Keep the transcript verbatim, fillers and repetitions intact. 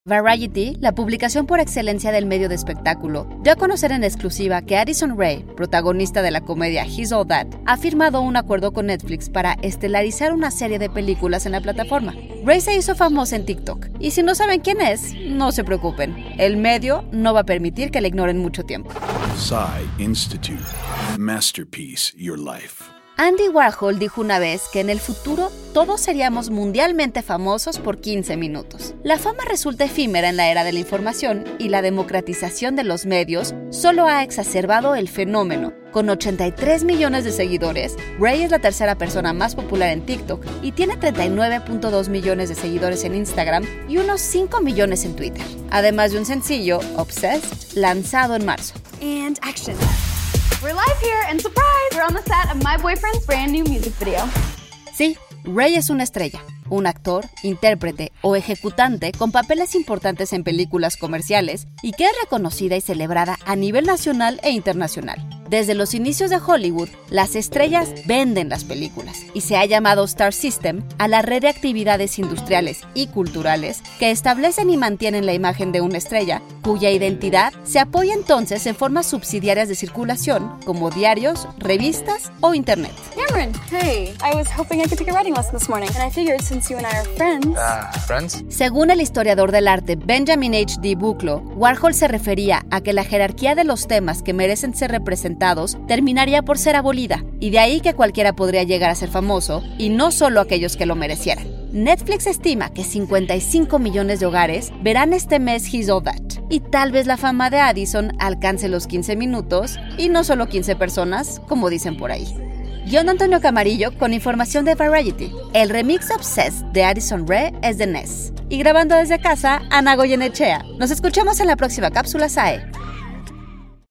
Variety, la publicación por excelencia del medio de espectáculo, dio a conocer en exclusiva que Addison Rae, protagonista de la comedia He's All That, ha firmado un acuerdo con Netflix para estelarizar una serie de películas en la plataforma. Rae se hizo famosa en TikTok, y si no saben quién es, no se preocupen, el medio no va a permitir que la ignoren mucho tiempo. Psy Institute. Masterpiece Your Life. Andy Warhol dijo una vez que en el futuro todos seríamos mundialmente famosos por quince minutos. La fama resulta efímera en la era de la información y la democratización de los medios solo ha exacerbado el fenómeno. Con ochenta y tres millones de seguidores, Rae es la tercera persona más popular en TikTok y tiene treinta y nueve punto dos millones de seguidores en Instagram y unos cinco millones en Twitter, además de un sencillo, Obsessed, lanzado en marzo. And action. We're live here, and surprise, we're on the set of my boyfriend's brand new music video. Sí, Rae es una estrella, un actor, intérprete o ejecutante con papeles importantes en películas comerciales y que es reconocida y celebrada a nivel nacional e internacional. Desde los inicios de Hollywood, las estrellas venden las películas y se ha llamado Star System a la red de actividades industriales y culturales que establecen y mantienen la imagen de una estrella, cuya identidad se apoya entonces en formas subsidiarias de circulación como diarios, revistas o internet. Cameron, hey, I was hoping I could take a writing lesson this morning, and I figured since you and I are friends... Uh, ¿friends? Según el historiador del arte Benjamin H D Buchloh, Warhol se refería a que la jerarquía de los temas que merecen ser representados terminaría por ser abolida, y de ahí que cualquiera podría llegar a ser famoso, y no solo aquellos que lo merecieran. Netflix estima que cincuenta y cinco millones de hogares verán este mes He's All That, y tal vez la fama de Addison alcance los quince minutos, y no solo quince personas, como dicen por ahí. Guión Antonio Camarillo con información de Variety. El remix Obsessed de Addison Rae es de Ness. Y grabando desde casa, Ana Goyenechea. Nos escuchamos en la próxima cápsula S A E.